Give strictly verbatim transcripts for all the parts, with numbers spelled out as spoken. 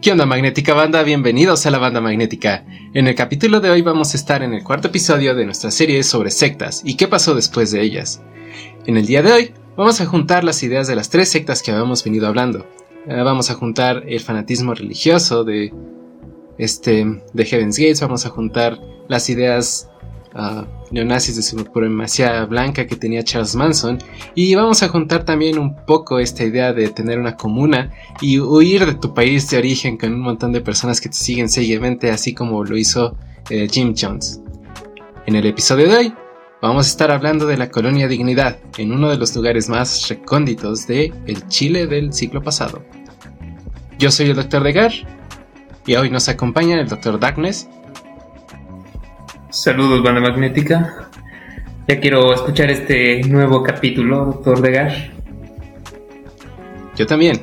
¿Qué onda, Magnética Banda? Bienvenidos a la Banda Magnética. En el capítulo de hoy vamos a estar en el cuarto episodio de nuestra serie sobre sectas y qué pasó después de ellas. En el día de hoy vamos a juntar las ideas de las tres sectas que habíamos venido hablando. Eh, vamos a juntar el fanatismo religioso de, este, de Heaven's Gates, vamos a juntar las ideas uh, neonazis de supremacía blanca que tenía Charles Manson, y vamos a juntar también un poco esta idea de tener una comuna y huir de tu país de origen con un montón de personas que te siguen ciegamente, así como lo hizo eh, Jim Jones. En el episodio de hoy vamos a estar hablando de la Colonia Dignidad, en uno de los lugares más recónditos de el Chile del siglo pasado. Yo soy el doctor Degar, y hoy nos acompaña el doctor Darkness. Saludos, Banda Magnética. Ya quiero escuchar este nuevo capítulo, doctor Degar. Yo también.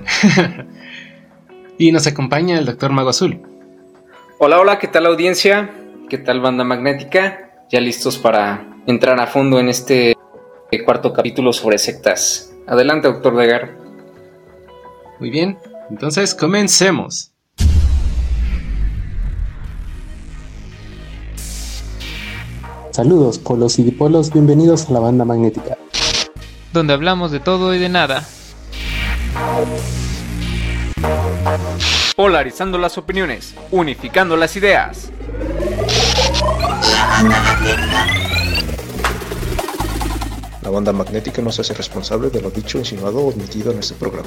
Y nos acompaña el doctor Mago Azul. Hola, hola, ¿qué tal, audiencia? ¿Qué tal, Banda Magnética? Ya listos para entrar a fondo en este cuarto capítulo sobre sectas. Adelante, doctor Degar. Muy bien, entonces comencemos. Saludos, polos y dipolos, bienvenidos a la Banda Magnética, donde hablamos de todo y de nada, polarizando las opiniones, unificando las ideas. La Banda Magnética no se hace responsable de lo dicho, insinuado o admitido en este programa.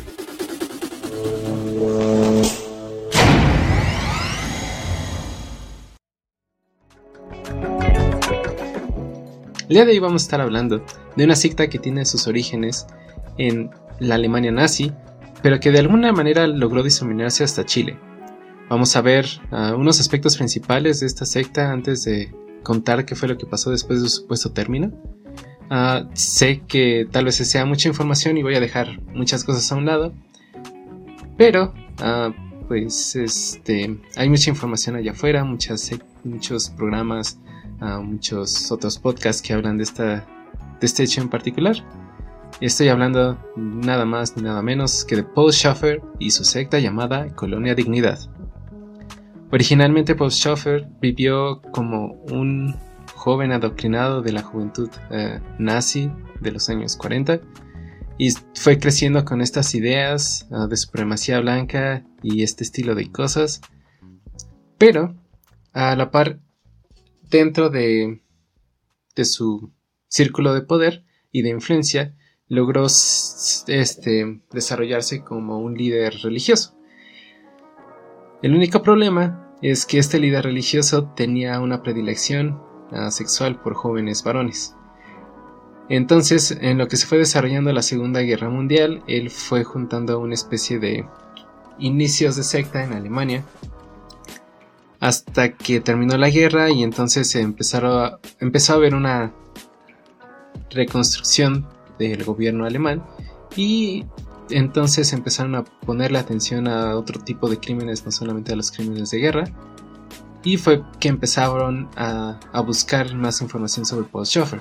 El día de hoy vamos a estar hablando de una secta que tiene sus orígenes en la Alemania nazi, pero que de alguna manera logró diseminarse hasta Chile. Vamos a ver uh, unos aspectos principales de esta secta antes de contar qué fue lo que pasó después de su supuesto término. Uh, sé que tal vez sea mucha información y voy a dejar muchas cosas a un lado, pero uh, pues este, hay mucha información allá afuera, muchas, muchos programas, a muchos otros podcasts que hablan de, esta, de este hecho en particular. Estoy hablando nada más ni nada menos que de Paul Schoeffer y su secta llamada Colonia Dignidad. Originalmente Paul Schoeffer vivió como un joven adoctrinado de la juventud eh, nazi de los años cuarenta y fue creciendo con estas ideas uh, de supremacía blanca y este estilo de cosas, pero a la par dentro de, de su círculo de poder y de influencia, logró este, desarrollarse como un líder religioso. El único problema es que este líder religioso tenía una predilección uh, sexual por jóvenes varones. Entonces, en lo que se fue desarrollando la Segunda Guerra Mundial, él fue juntando una especie de inicios de secta en Alemania, hasta que terminó la guerra y entonces se empezaron a, empezó a haber una reconstrucción del gobierno alemán y entonces empezaron a ponerle atención a otro tipo de crímenes, no solamente a los crímenes de guerra, y fue que empezaron a, a buscar más información sobre Paul Schoeffer.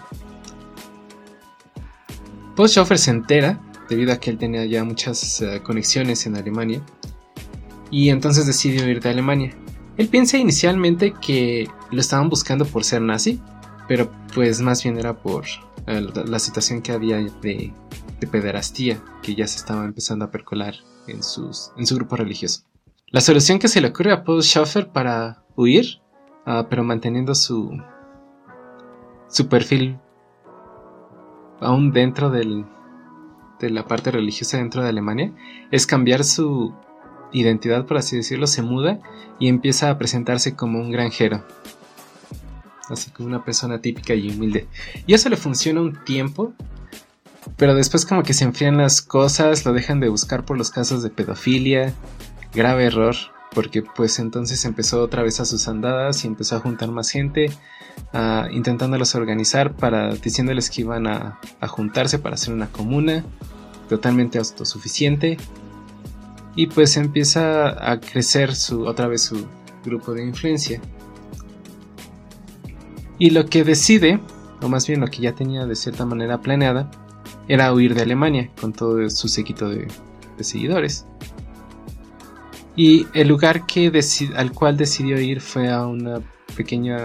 Paul Schoeffer se entera, debido a que él tenía ya muchas uh, conexiones en Alemania, y entonces decide huir de Alemania. Él piensa inicialmente que lo estaban buscando por ser nazi, pero pues más bien era por eh, la situación que había de, de pederastía que ya se estaba empezando a percolar en, sus, en su grupo religioso. La solución que se le ocurre a Paul Schoeffer para huir, uh, pero manteniendo su, su perfil aún dentro del, de la parte religiosa dentro de Alemania, es cambiar su identidad, por así decirlo. Se muda y empieza a presentarse como un granjero, así como una persona típica y humilde, y eso le funciona un tiempo, pero después como que se enfrían las cosas, lo dejan de buscar por los casos de pedofilia, grave error, porque pues entonces empezó otra vez a sus andadas y empezó a juntar más gente, uh, intentándolos organizar, para diciéndoles que iban a, a juntarse para hacer una comuna totalmente autosuficiente. Y pues empieza a crecer su, otra vez su grupo de influencia. Y lo que decide, o más bien lo que ya tenía de cierta manera planeada, era huir de Alemania con todo su séquito de, de seguidores. Y el lugar que deci- al cual decidió ir fue a una pequeña,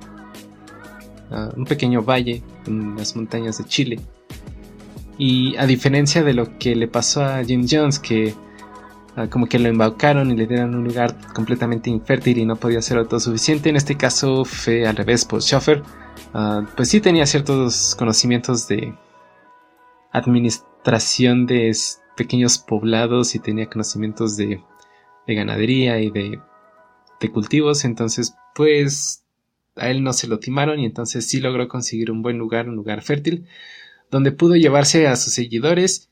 a un pequeño valle en las montañas de Chile. Y a diferencia de lo que le pasó a Jim Jones, que uh, como que lo embaucaron y le dieron un lugar completamente infértil y no podía ser autosuficiente, en este caso fue al revés. Paul Schoeffer uh, pues sí tenía ciertos conocimientos de administración de pequeños poblados y tenía conocimientos de, de ganadería y de, de cultivos. Entonces pues a él no se lo timaron y entonces sí logró conseguir un buen lugar, un lugar fértil, donde pudo llevarse a sus seguidores,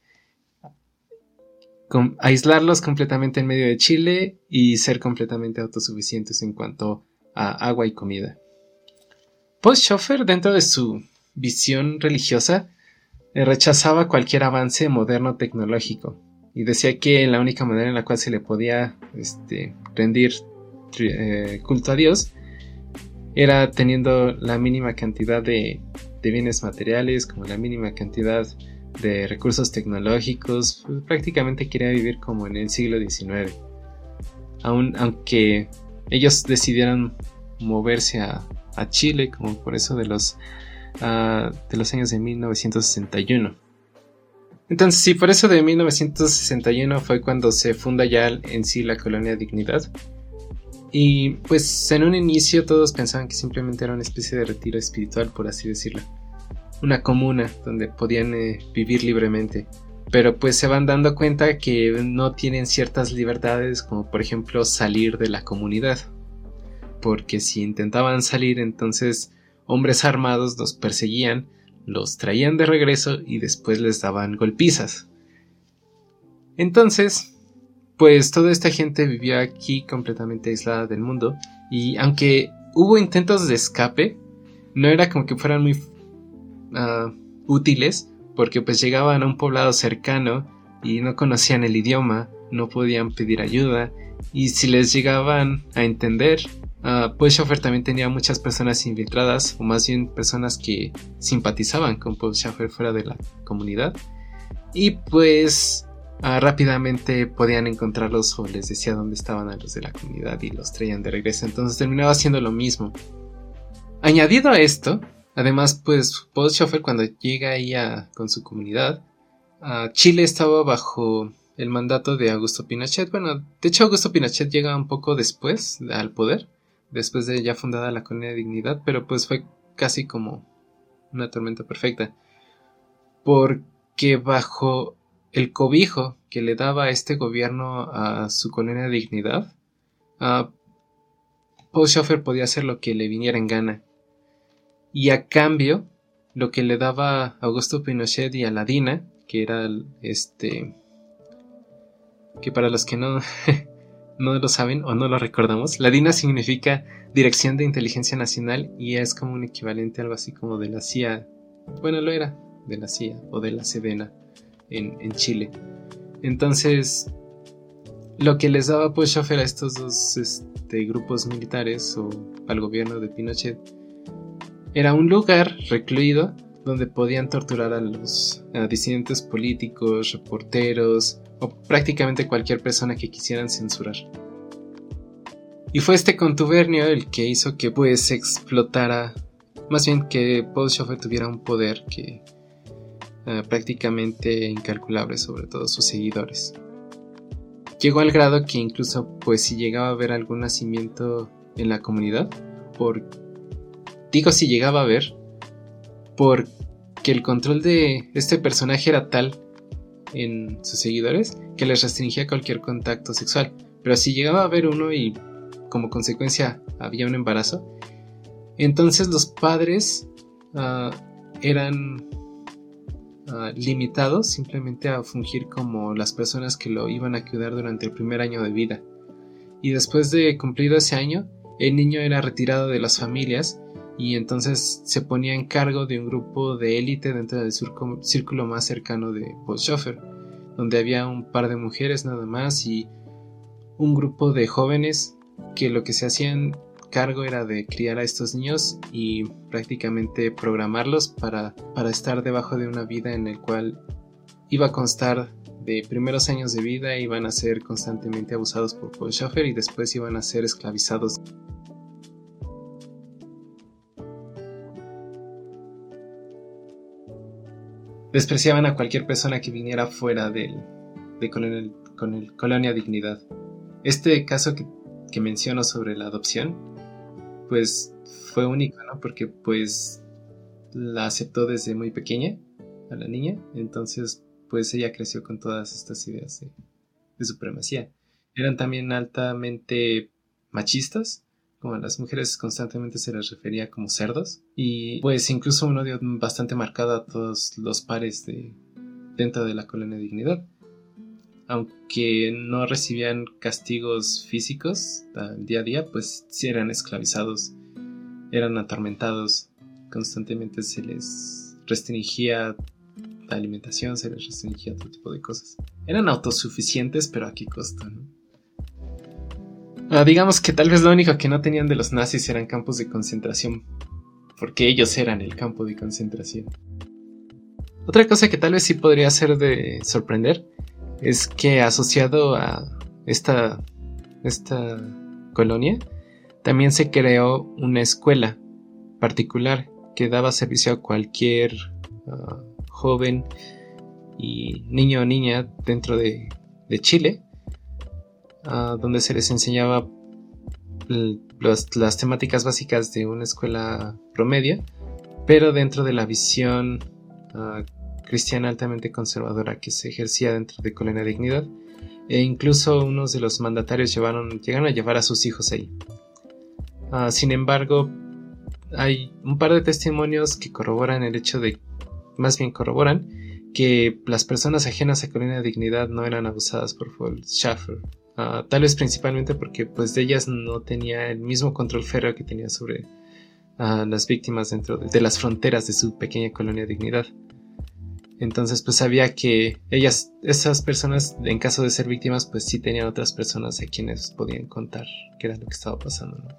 con, aislarlos completamente en medio de Chile y ser completamente autosuficientes en cuanto a agua y comida. Paul Schoeffer, dentro de su visión religiosa, eh, rechazaba cualquier avance moderno tecnológico y decía que la única manera en la cual se le podía este, rendir eh, culto a Dios era teniendo la mínima cantidad de de bienes materiales, como la mínima cantidad de recursos tecnológicos. Pues prácticamente quería vivir como en el siglo diecinueve. Aun, aunque ellos decidieron moverse a, a Chile, como por eso de los, uh, de los años de mil novecientos sesenta y uno. Entonces sí, por eso de mil novecientos sesenta y uno fue cuando se funda ya en sí la colonia Dignidad. Y pues en un inicio todos pensaban que simplemente era una especie de retiro espiritual, por así decirlo. Una comuna donde podían eh, vivir libremente. Pero pues se van dando cuenta que no tienen ciertas libertades, como por ejemplo salir de la comunidad. Porque si intentaban salir, entonces hombres armados los perseguían, los traían de regreso y después les daban golpizas. Entonces pues toda esta gente vivía aquí completamente aislada del mundo, y aunque hubo intentos de escape, no era como que fueran muy uh, útiles, porque pues llegaban a un poblado cercano y no conocían el idioma, no podían pedir ayuda, y si les llegaban a entender, uh, Paul Schoeffer también tenía muchas personas infiltradas, o más bien personas que simpatizaban con Paul Schoeffer fuera de la comunidad, y pues Uh, rápidamente podían encontrarlos o les decía dónde estaban a los de la comunidad y los traían de regreso. Entonces terminaba haciendo lo mismo. Añadido a esto, además pues Paul Schoeffer, cuando llega ahí a, con su comunidad, uh, Chile estaba bajo el mandato de Augusto Pinochet. Bueno, de hecho Augusto Pinochet llega un poco después al poder, después de ya fundada la colonia de Dignidad, pero pues fue casi como una tormenta perfecta, porque bajo el cobijo que le daba este gobierno a su colonia de Dignidad, uh, Paul Schoeffer podía hacer lo que le viniera en gana. Y a cambio, lo que le daba Augusto Pinochet y a la D I N A, que era este, que para los que no, no lo saben o no lo recordamos, la D I N A significa Dirección de Inteligencia Nacional y es como un equivalente a algo así como de la C I A. Bueno, lo era de la C I A o de la Sedena. En, en Chile. Entonces lo que les daba Paul Schoeffer a estos dos este, grupos militares o al gobierno de Pinochet era un lugar recluido donde podían torturar a los a disidentes políticos, reporteros o prácticamente cualquier persona que quisieran censurar. Y fue este contubernio el que hizo que pues explotara, más bien que Paul Schoeffer tuviera un poder que Uh, prácticamente incalculable sobre todos sus seguidores. Llegó al grado que incluso pues si llegaba a haber algún nacimiento en la comunidad, por digo si llegaba a haber, porque el control de este personaje era tal en sus seguidores que les restringía cualquier contacto sexual. Pero si llegaba a haber uno y como consecuencia había un embarazo, entonces los padres uh, eran Uh, limitados simplemente a fungir como las personas que lo iban a cuidar durante el primer año de vida, y después de cumplido ese año el niño era retirado de las familias y entonces se ponía en cargo de un grupo de élite dentro del circo, círculo más cercano de Paul Schoeffer, donde había un par de mujeres nada más y un grupo de jóvenes que lo que se hacían cargo era de criar a estos niños y prácticamente programarlos para, para estar debajo de una vida en el cual iba a constar de primeros años de vida, iban a ser constantemente abusados por Paul Schafer y después iban a ser esclavizados. Despreciaban a cualquier persona que viniera fuera del, de Colonia, con el Colonia Dignidad. Este caso que, que menciono sobre la adopción, pues fue único, ¿no? Porque pues la aceptó desde muy pequeña a la niña, entonces pues ella creció con todas estas ideas de, de supremacía. Eran también altamente machistas, como a las mujeres constantemente se les refería como cerdos, y pues incluso un odio bastante marcado a todos los pares de, dentro de la Colonia Dignidad. Aunque no recibían castigos físicos al día a día, pues sí eran esclavizados, eran atormentados, constantemente se les restringía la alimentación, se les restringía otro tipo de cosas. Eran autosuficientes, pero ¿a qué costo, no? Ah, digamos que tal vez lo único que no tenían de los nazis eran campos de concentración, porque ellos eran el campo de concentración. Otra cosa que tal vez sí podría ser de sorprender es que asociado a esta, esta colonia también se creó una escuela particular que daba servicio a cualquier uh, joven y niño o niña dentro de, de Chile, uh, donde se les enseñaba l- los, las temáticas básicas de una escuela promedio, pero dentro de la visión uh, cristiana altamente conservadora que se ejercía dentro de Colonia Dignidad, e incluso unos de los mandatarios llevaron, llegaron a llevar a sus hijos ahí. Uh, sin embargo, hay un par de testimonios que corroboran el hecho de, más bien corroboran, que las personas ajenas a Colonia Dignidad no eran abusadas por Paul Schafer. Uh, tal vez principalmente porque pues de ellas no tenía el mismo control férreo que tenía sobre uh, las víctimas dentro de, de las fronteras de su pequeña Colonia Dignidad. Entonces pues sabía que ellas, esas personas, en caso de ser víctimas, pues sí tenían otras personas a quienes podían contar qué era lo que estaba pasando, ¿no?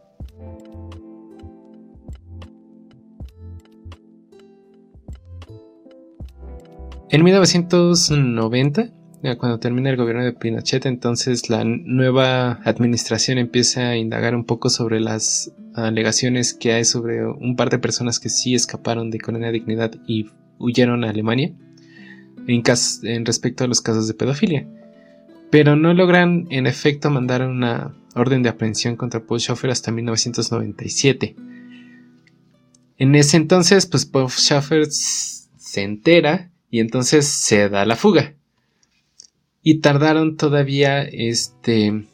En mil novecientos noventa, cuando termina el gobierno de Pinochet, entonces la nueva administración empieza a indagar un poco sobre las alegaciones que hay sobre un par de personas que sí escaparon de Colonia Dignidad y huyeron a Alemania en, cas- en respecto a los casos de pedofilia, pero no logran en efecto mandar una orden de aprehensión contra Paul Schafer hasta mil novecientos noventa y siete. En ese entonces pues Paul Schafer se entera y entonces se da la fuga, y tardaron todavía este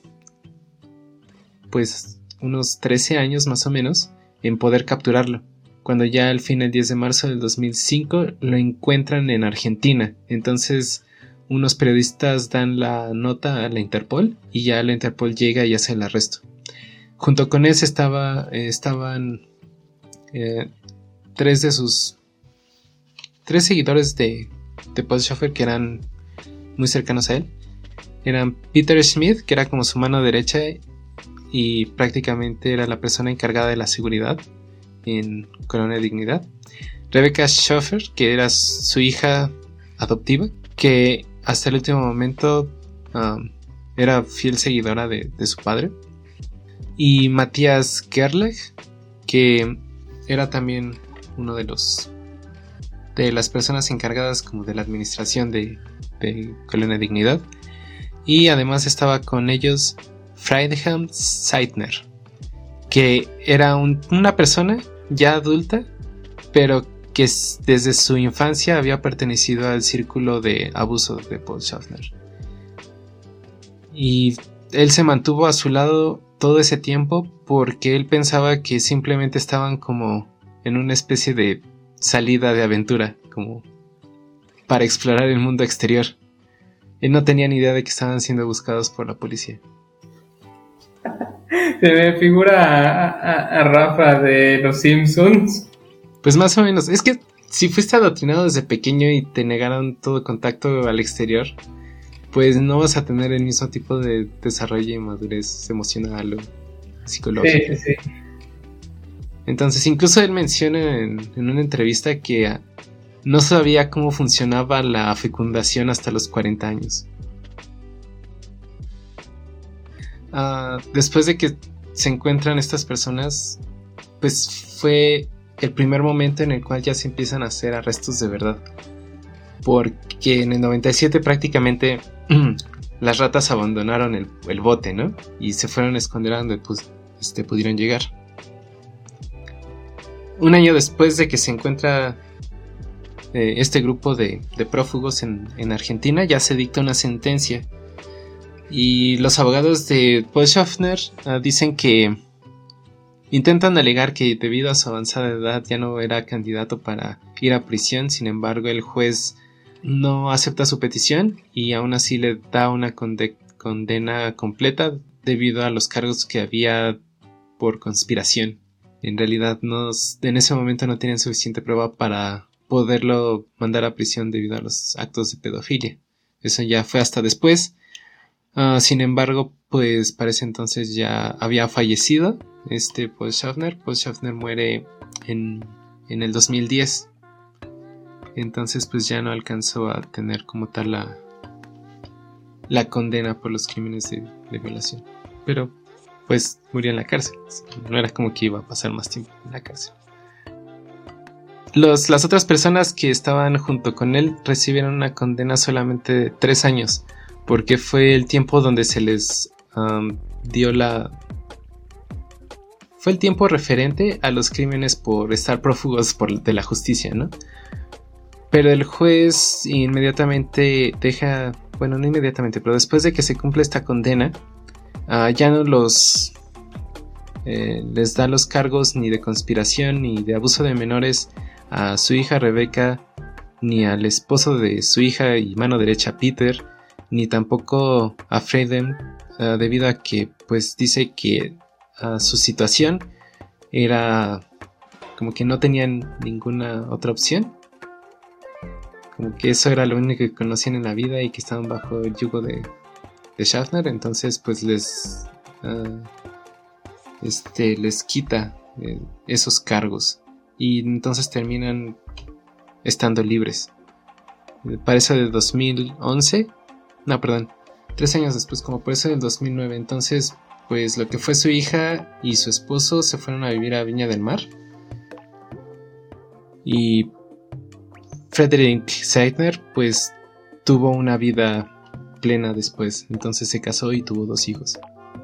pues unos trece años más o menos en poder capturarlo, cuando ya al fin, el diez de marzo del dos mil cinco, lo encuentran en Argentina. Entonces unos periodistas dan la nota a la Interpol y ya la Interpol llega y hace el arresto. Junto con él estaba, eh, estaban eh, tres de sus tres seguidores de, de Paul Schafer que eran muy cercanos a él. Eran Peter Schmidt, que era como su mano derecha y prácticamente era la persona encargada de la seguridad en Colonia Dignidad. Rebecca Schafer, que era su hija adoptiva, que hasta el último momento um, era fiel seguidora de, de su padre. Y Matthias Gerlach, que era también uno de los de las personas encargadas como de la administración de, de Colonia Dignidad. Y además estaba con ellos Friedhelm Seidner, que era un, una persona ya adulta, pero que desde su infancia había pertenecido al círculo de abuso de Paul Schafer. Y él se mantuvo a su lado todo ese tiempo porque él pensaba que simplemente estaban como en una especie de salida de aventura, como para explorar el mundo exterior. Él no tenía ni idea de que estaban siendo buscados por la policía. Se me figura a, a, a Rafa de Los Simpsons. Pues más o menos. Es que si fuiste adoctrinado desde pequeño y te negaron todo contacto al exterior, pues no vas a tener el mismo tipo de desarrollo y madurez emocional o psicológica. Sí, sí, sí. Entonces incluso él menciona en, en una entrevista que a, no sabía cómo funcionaba la fecundación hasta los cuarenta años. Uh, después de que se encuentran estas personas, pues fue el primer momento en el cual ya se empiezan a hacer arrestos de verdad, porque en el noventa y siete prácticamente las ratas abandonaron el, el bote, ¿no? Y se fueron a esconder a donde pues, este, pudieron llegar. Un año después de que se encuentra eh, este grupo de, de prófugos en, en Argentina, ya se dicta una sentencia. Y los abogados de Paul Schaffner uh, dicen que intentan alegar que debido a su avanzada edad ya no era candidato para ir a prisión. Sin embargo, el juez no acepta su petición y aún así le da una conde- condena completa debido a los cargos que había por conspiración. En realidad no, en ese momento no tenían suficiente prueba para poderlo mandar a prisión debido a los actos de pedofilia. Eso ya fue hasta después. Uh, sin embargo, pues para ese entonces ya había fallecido este Paul Schaffner. Paul Schaffner muere en, en el dos mil diez. Entonces pues ya no alcanzó a tener como tal la, la condena por los crímenes de, de violación. Pero pues murió en la cárcel. No era como que iba a pasar más tiempo en la cárcel. Los, las otras personas que estaban junto con él recibieron una condena solamente de tres años. Porque fue el tiempo donde se les um, dio la... Fue el tiempo referente a los crímenes por estar prófugos por, de la justicia, ¿no? Pero el juez inmediatamente deja... Bueno, no inmediatamente, pero después de que se cumple esta condena, uh, ya no los... Eh, les da los cargos ni de conspiración ni de abuso de menores a su hija Rebecca, ni al esposo de su hija y mano derecha Peter, ni tampoco a Freedom, uh, debido a que pues dice que uh, su situación era como que no tenían ninguna otra opción, como que eso era lo único que conocían en la vida y que estaban bajo el yugo de, de Schaffner. Entonces pues les uh, este les quita eh, esos cargos y entonces terminan estando libres. Para eso de dos mil once, no, perdón, tres años después, como por eso del dos mil nueve. Entonces, pues lo que fue su hija y su esposo se fueron a vivir a Viña del Mar. Y Frederick Seidner, pues tuvo una vida plena después. Entonces se casó y tuvo dos hijos.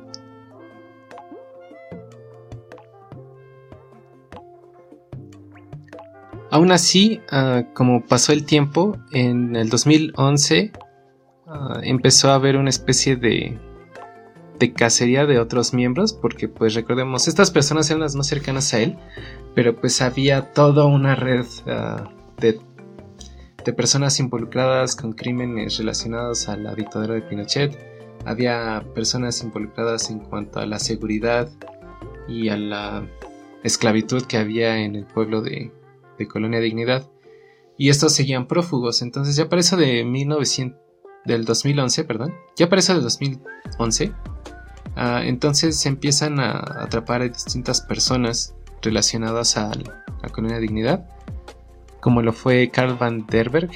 Aún así, uh, como pasó el tiempo, en el dos mil once... Uh, empezó a haber una especie de, de cacería de otros miembros, porque pues recordemos, estas personas eran las más cercanas a él, pero pues había toda una red uh, de, de personas involucradas con crímenes relacionados a la dictadura de Pinochet. Había personas involucradas en cuanto a la seguridad y a la esclavitud que había en el pueblo de, de Colonia Dignidad, y estos seguían prófugos. Entonces ya para eso de mil novecientos del dos mil once, perdón, ya para eso del dos mil once, uh, entonces se empiezan a atrapar a distintas personas relacionadas a la Colonia Dignidad, como lo fue Karl van der Berg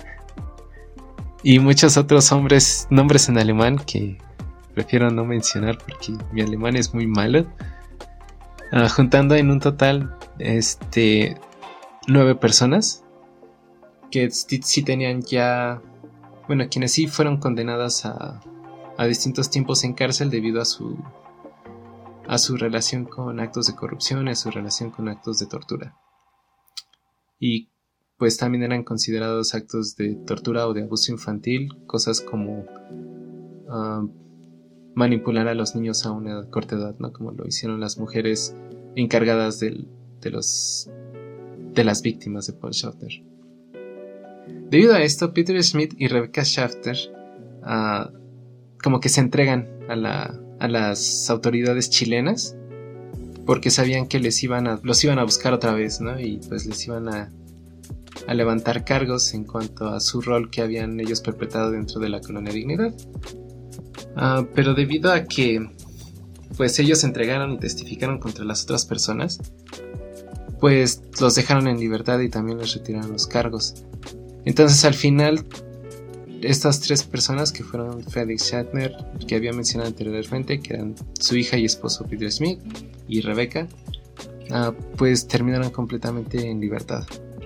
y muchos otros hombres, nombres en alemán que prefiero no mencionar porque mi alemán es muy malo, uh, juntando en un total este nueve personas que sí tenían ya... Bueno, quienes sí fueron condenadas a, a distintos tiempos en cárcel debido a su a su relación con actos de corrupción, a su relación con actos de tortura. Y pues también eran considerados actos de tortura o de abuso infantil, cosas como uh, manipular a los niños a una corta edad, ¿no? Como lo hicieron las mujeres encargadas del, de los de las víctimas de Paul Schaffner. Debido a esto, Peter Schmidt y Rebecca Schaffner uh, como que se entregan a, la, a las autoridades chilenas porque sabían que les iban a, los iban a buscar otra vez, ¿no? Y pues les iban a, a levantar cargos en cuanto a su rol que habían ellos perpetrado dentro de la Colonia Dignidad. Uh, pero debido a que pues ellos se entregaron y testificaron contra las otras personas, pues los dejaron en libertad y también les retiraron los cargos. Entonces al final estas tres personas, que fueron Felix Shatner, que había mencionado anteriormente, que eran su hija y esposo Peter Smith, y Rebecca, uh, pues terminaron completamente en libertad.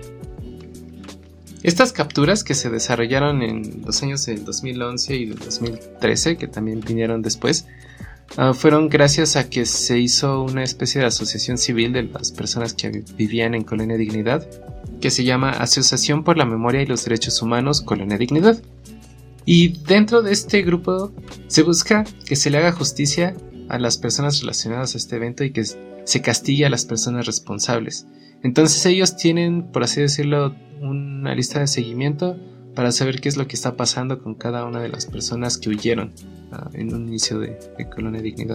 Estas capturas, que se desarrollaron en los años del dos mil once y del dos mil trece, que también vinieron después, uh, fueron gracias a que se hizo una especie de asociación civil de las personas que vivían en Colonia Dignidad, que se llama Asociación por la Memoria y los Derechos Humanos Colonia Dignidad. Y dentro de este grupo se busca que se le haga justicia a las personas relacionadas a este evento y que se castigue a las personas responsables. Entonces ellos tienen, por así decirlo, una lista de seguimiento para saber qué es lo que está pasando con cada una de las personas que huyeron uh, en un inicio de, de Colonia Dignidad.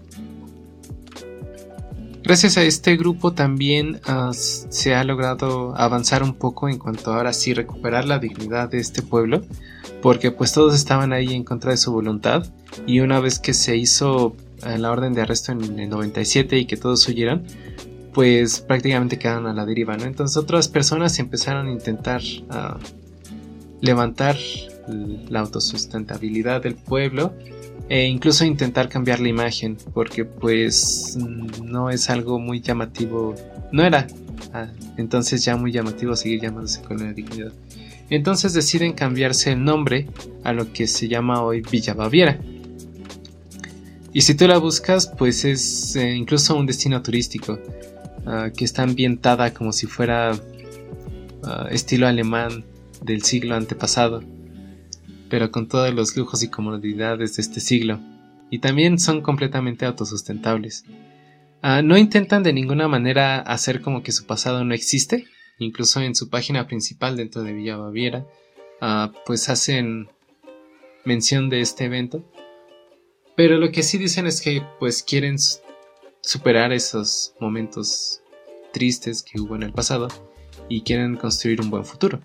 Gracias a este grupo también uh, se ha logrado avanzar un poco en cuanto a ahora sí recuperar la dignidad de este pueblo, porque pues todos estaban ahí en contra de su voluntad, y una vez que se hizo uh, la orden de arresto en el noventa y siete y que todos huyeron, pues prácticamente quedaron a la deriva, ¿no? Entonces otras personas empezaron a intentar uh, levantar la autosustentabilidad del pueblo, e incluso intentar cambiar la imagen, porque pues no es algo muy llamativo, no era ah, entonces ya muy llamativo seguir llamándose Colonia Dignidad. Entonces deciden cambiarse el nombre a lo que se llama hoy Villa Baviera, y si tú la buscas pues es eh, incluso un destino turístico, uh, que está ambientada como si fuera uh, estilo alemán del siglo antepasado, pero con todos los lujos y comodidades de este siglo, y también son completamente autosustentables. Uh, no intentan de ninguna manera hacer como que su pasado no existe, incluso en su página principal dentro de Villa Baviera, uh, pues hacen mención de este evento, pero lo que sí dicen es que pues quieren superar esos momentos tristes que hubo en el pasado y quieren construir un buen futuro.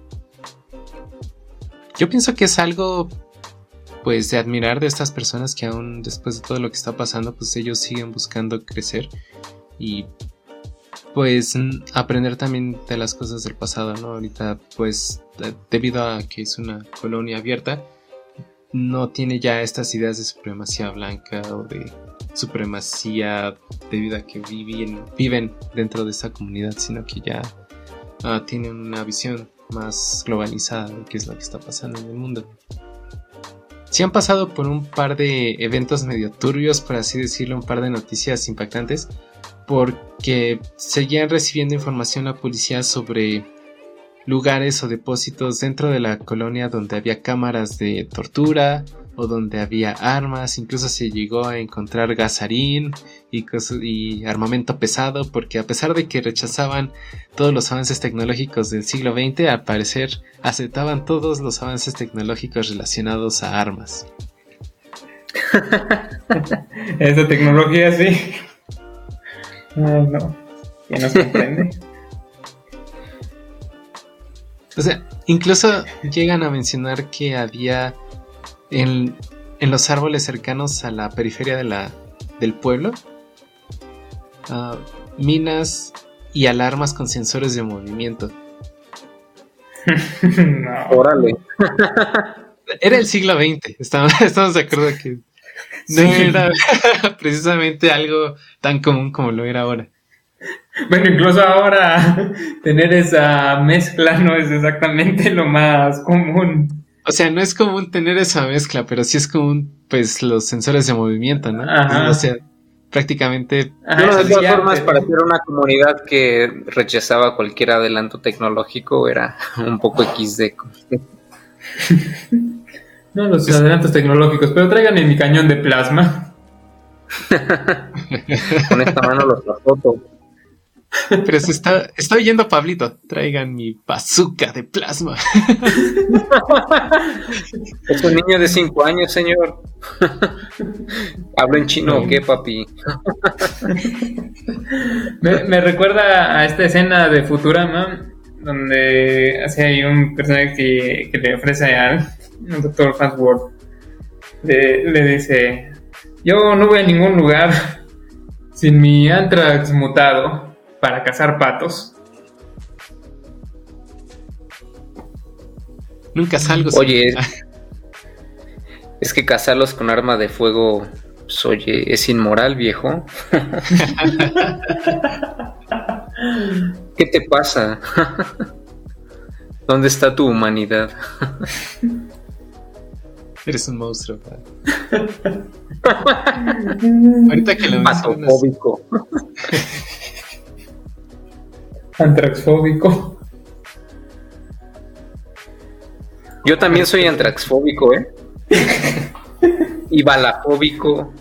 Yo pienso que es algo pues de admirar de estas personas, que aún después de todo lo que está pasando pues ellos siguen buscando crecer y pues aprender también de las cosas del pasado, ¿no? Ahorita pues debido a que es una colonia abierta, no tiene ya estas ideas de supremacía blanca o de supremacía debido a que viven, viven dentro de esta comunidad, sino que ya uh, tienen una visión más globalizada de qué es lo que está pasando en el mundo. Sí han pasado por un par de eventos medio turbios, por así decirlo, un par de noticias impactantes, porque seguían recibiendo información la policía sobre lugares o depósitos dentro de la colonia donde había cámaras de tortura o donde había armas. Incluso se llegó a encontrar gasarín y, y armamento pesado, porque a pesar de que rechazaban todos los avances tecnológicos del siglo veinte, al parecer aceptaban todos los avances tecnológicos relacionados a armas. Esa tecnología sí. Ay, no. ¿Quién nos comprende? O sea, incluso llegan a mencionar que había en, en los árboles cercanos a la periferia de la, del pueblo uh, minas y alarmas con sensores de movimiento. No. Órale. Era el siglo veinte, estamos, estamos de acuerdo que no sí. Era precisamente algo tan común como lo era ahora. Bueno, incluso ahora tener esa mezcla no es exactamente lo más común. O sea, no es común tener esa mezcla, pero sí es común, pues, los sensores de movimiento, ¿no? Ajá. O sea, prácticamente... Ajá, no, de todas ya, formas, pero... para ser una comunidad que rechazaba cualquier adelanto tecnológico, era un poco equis de... No, los es... adelantos tecnológicos, pero tráiganme mi cañón de plasma. Con esta mano los foto. Pero se está, está oyendo Pablito. Traigan mi bazooka de plasma. Es un niño de cinco años, señor. ¿Hablo en chino o qué, papi? me, me recuerda a esta escena de Futurama, donde hace ahí un personaje que, que le ofrece al doctor Farnsworth. Le, le dice: yo no voy a ningún lugar sin mi Anthrax mutado. para cazar patos. Nunca salgo. Oye, es que cazarlos con arma de fuego, pues, oye, es inmoral, viejo. ¿Qué te pasa? ¿Dónde está tu humanidad? Eres un monstruo, padre. Ahorita que lo mencionas. Patofóbico. Antraxfóbico. Yo también soy antraxfóbico, ¿eh? Y balafóbico.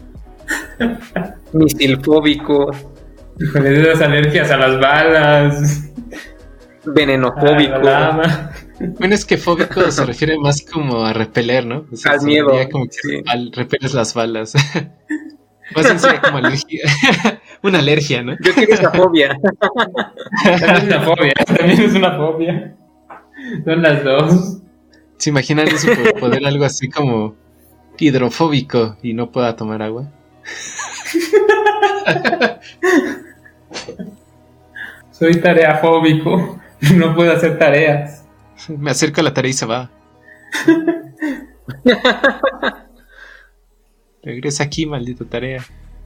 Misilfóbico. Con esas alergias a las balas. Venenofóbico. A la lava. Bueno, es que fóbico se refiere más como a repeler, ¿no? O sea, Al miedo. Como que Sí. al repeles las balas. Más bien sería como alergia. Una alergia, ¿no? Yo quiero esa fobia. También es una fobia. También es una fobia. Son las dos. ¿Se imaginan un superpoder algo así como hidrofóbico y no pueda tomar agua? Soy tareafóbico. No puedo hacer tareas. Me acerco a la tarea y se va. Regresa aquí, maldita tarea.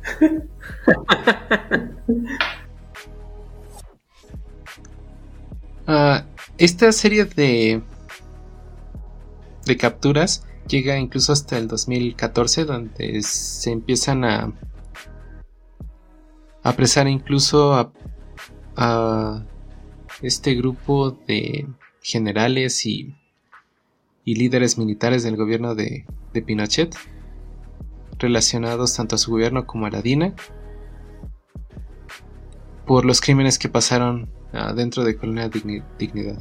Uh, esta serie de de capturas llega incluso hasta el dos mil catorce, donde se empiezan a apresar incluso a, a este grupo de generales y, y líderes militares del gobierno de, de Pinochet, relacionados tanto a su gobierno como a la D I N A, por los crímenes que pasaron uh, dentro de Colonia Digni- Dignidad.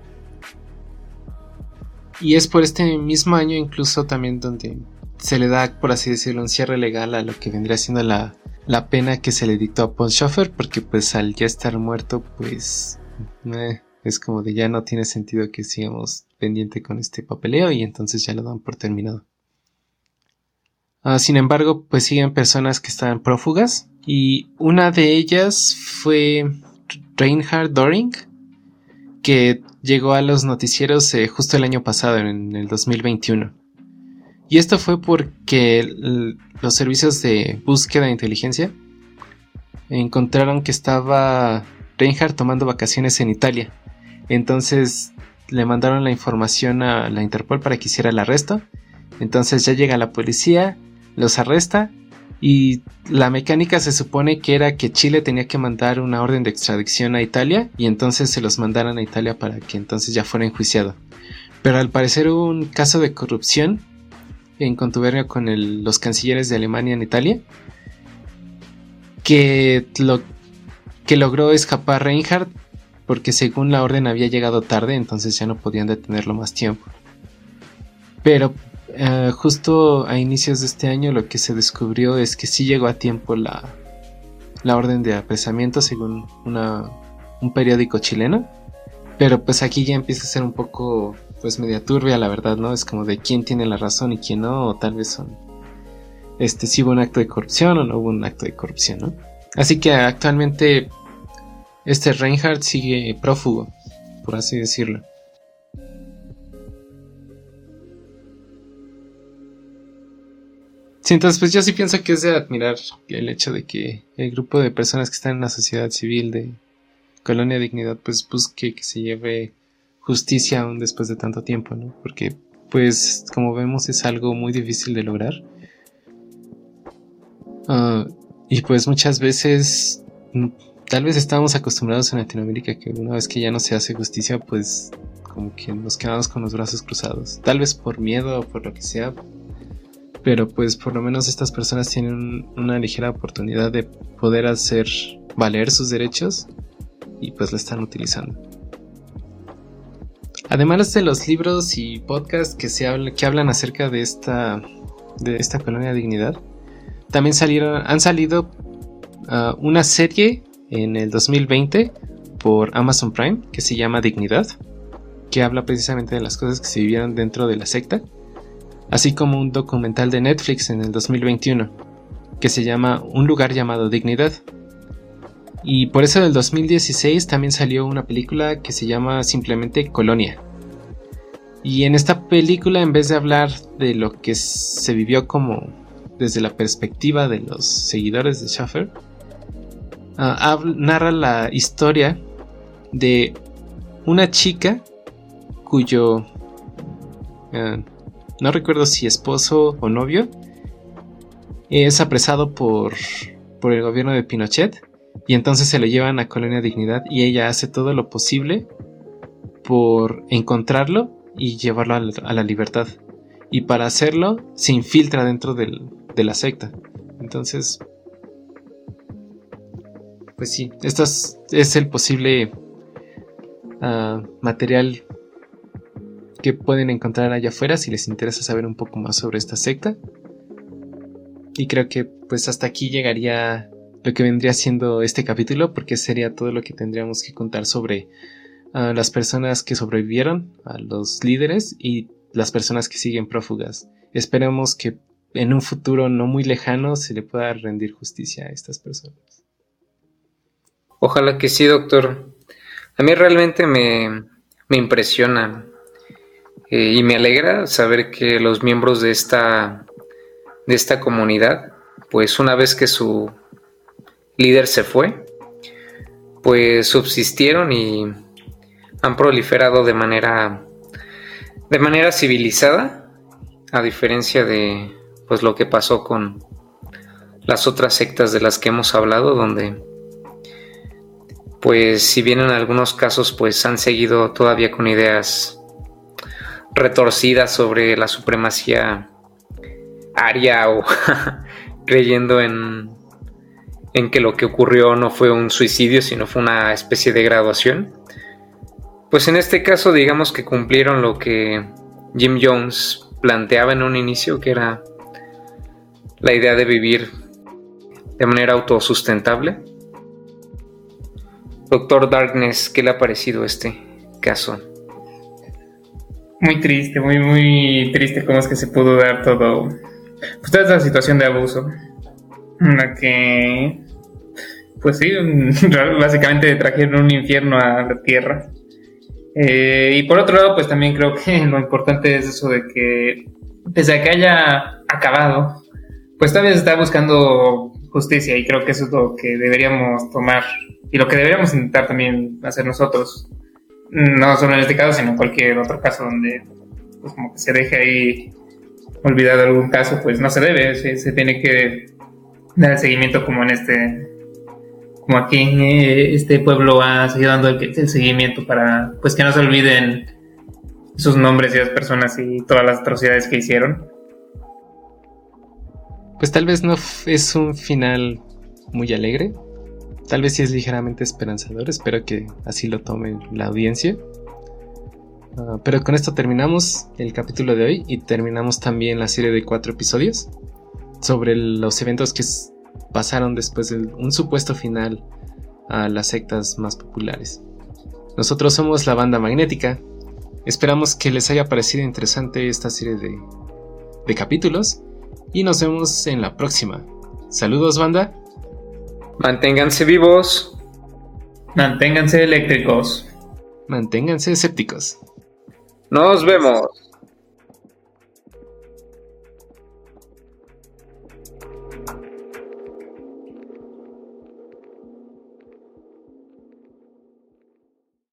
Y es por este mismo año incluso también donde se le da, por así decirlo, un cierre legal a lo que vendría siendo la, la pena que se le dictó a Paul Schoeffer, porque pues al ya estar muerto, pues eh, es como de ya no tiene sentido que sigamos pendiente con este papeleo, y entonces ya lo dan por terminado. Uh, sin embargo, pues siguen personas que estaban prófugas, y una de ellas fue Reinhard Göring, que llegó a los noticieros eh, justo el año pasado, en el dos mil veintiuno. Y esto fue porque el, los servicios de búsqueda de inteligencia encontraron que estaba Reinhard tomando vacaciones en Italia. Entonces le mandaron la información a la Interpol para que hiciera el arresto. Entonces ya llega la policía, los arresta, y la mecánica se supone que era que Chile tenía que mandar una orden de extradición a Italia, y entonces se los mandaran a Italia para que entonces ya fuera enjuiciado. Pero al parecer hubo un caso de corrupción en contubernio con el, los cancilleres de Alemania en Italia, que, lo, que logró escapar Reinhard, porque según la orden había llegado tarde, entonces ya no podían detenerlo más tiempo. Pero Uh, justo a inicios de este año lo que se descubrió es que sí llegó a tiempo la, la orden de apresamiento, según una, un periódico chileno. Pero pues aquí ya empieza a ser un poco pues media turbia, la verdad, ¿no? Es como de quién tiene la razón y quién no, o tal vez son este si hubo un acto de corrupción o no hubo un acto de corrupción, ¿no? Así que actualmente este Reinhard sigue prófugo, por así decirlo. Sí, entonces pues yo sí pienso que es de admirar el hecho de que el grupo de personas que están en la sociedad civil de Colonia Dignidad pues busque que se lleve justicia aún después de tanto tiempo, ¿no? Porque pues como vemos es algo muy difícil de lograr. Uh, y pues muchas veces tal vez estábamos acostumbrados en Latinoamérica que una vez que ya no se hace justicia pues como que nos quedamos con los brazos cruzados, tal vez por miedo o por lo que sea. Pero pues por lo menos estas personas tienen una ligera oportunidad de poder hacer valer sus derechos y pues la están utilizando. Además de los libros y podcasts que, se habla, que hablan acerca de esta, de esta Colonia Dignidad, también salieron, han salido uh, una serie en el dos mil veinte por Amazon Prime que se llama Dignidad, que habla precisamente de las cosas que se vivieron dentro de la secta. Así como un documental de Netflix en el dos mil veintiuno que se llama Un lugar llamado Dignidad. Y por eso en el dos mil dieciséis también salió una película que se llama simplemente Colonia. Y en esta película, en vez de hablar de lo que se vivió como desde la perspectiva de los seguidores de Schaffer, uh, narra la historia de una chica cuyo, uh, no recuerdo si esposo o novio, es apresado por, por el gobierno de Pinochet, y entonces se lo llevan a Colonia Dignidad y ella hace todo lo posible por encontrarlo y llevarlo a la, a la libertad. Y para hacerlo se infiltra dentro del, de la secta. Entonces, pues sí, esto es, es el posible uh, material que pueden encontrar allá afuera si les interesa saber un poco más sobre esta secta. Y creo que pues hasta aquí llegaría lo que vendría siendo este capítulo, porque sería todo lo que tendríamos que contar sobre uh, las personas que sobrevivieron, a los líderes y las personas que siguen prófugas. Esperemos que en un futuro no muy lejano se le pueda rendir justicia a estas personas. Ojalá que sí, doctor. A mí realmente me, me impresiona eh, y me alegra saber que los miembros de esta, de esta comunidad, pues una vez que su líder se fue, pues subsistieron y han proliferado de manera de manera civilizada, a diferencia de pues lo que pasó con las otras sectas de las que hemos hablado, donde pues si bien en algunos casos pues han seguido todavía con ideas retorcidas sobre la supremacía aria o creyendo en en que lo que ocurrió no fue un suicidio, sino fue una especie de graduación. Pues en este caso digamos que cumplieron lo que Jim Jones planteaba en un inicio, que era la idea de vivir de manera autosustentable. Doctor Darkness, ¿qué le ha parecido este caso? Muy triste, muy muy triste cómo es que se pudo dar todo, pues toda esta situación de abuso, en la que pues sí, básicamente trajeron un infierno a la tierra. Eh, y por otro lado, pues también creo que lo importante es eso de que pese a que haya acabado, pues todavía se está buscando justicia, y creo que eso es lo que deberíamos tomar y lo que deberíamos intentar también hacer nosotros, no solo en este caso, sino en cualquier otro caso donde pues como que se deje ahí olvidado algún caso, pues no se debe, se, se tiene que dar el seguimiento como en este, como aquí eh, este pueblo ha seguido dando el, el seguimiento para pues que no se olviden sus nombres y las personas y todas las atrocidades que hicieron. Pues tal vez no f- es un final muy alegre, tal vez sí es ligeramente esperanzador, espero que así lo tome la audiencia. Uh, pero con esto terminamos el capítulo de hoy y terminamos también la serie de cuatro episodios sobre los eventos que s- pasaron después de un supuesto final a las sectas más populares. Nosotros somos la Banda Magnética, esperamos que les haya parecido interesante esta serie de, de capítulos y nos vemos en la próxima. Saludos, banda. Manténganse vivos. Manténganse eléctricos. Manténganse escépticos. Nos vemos.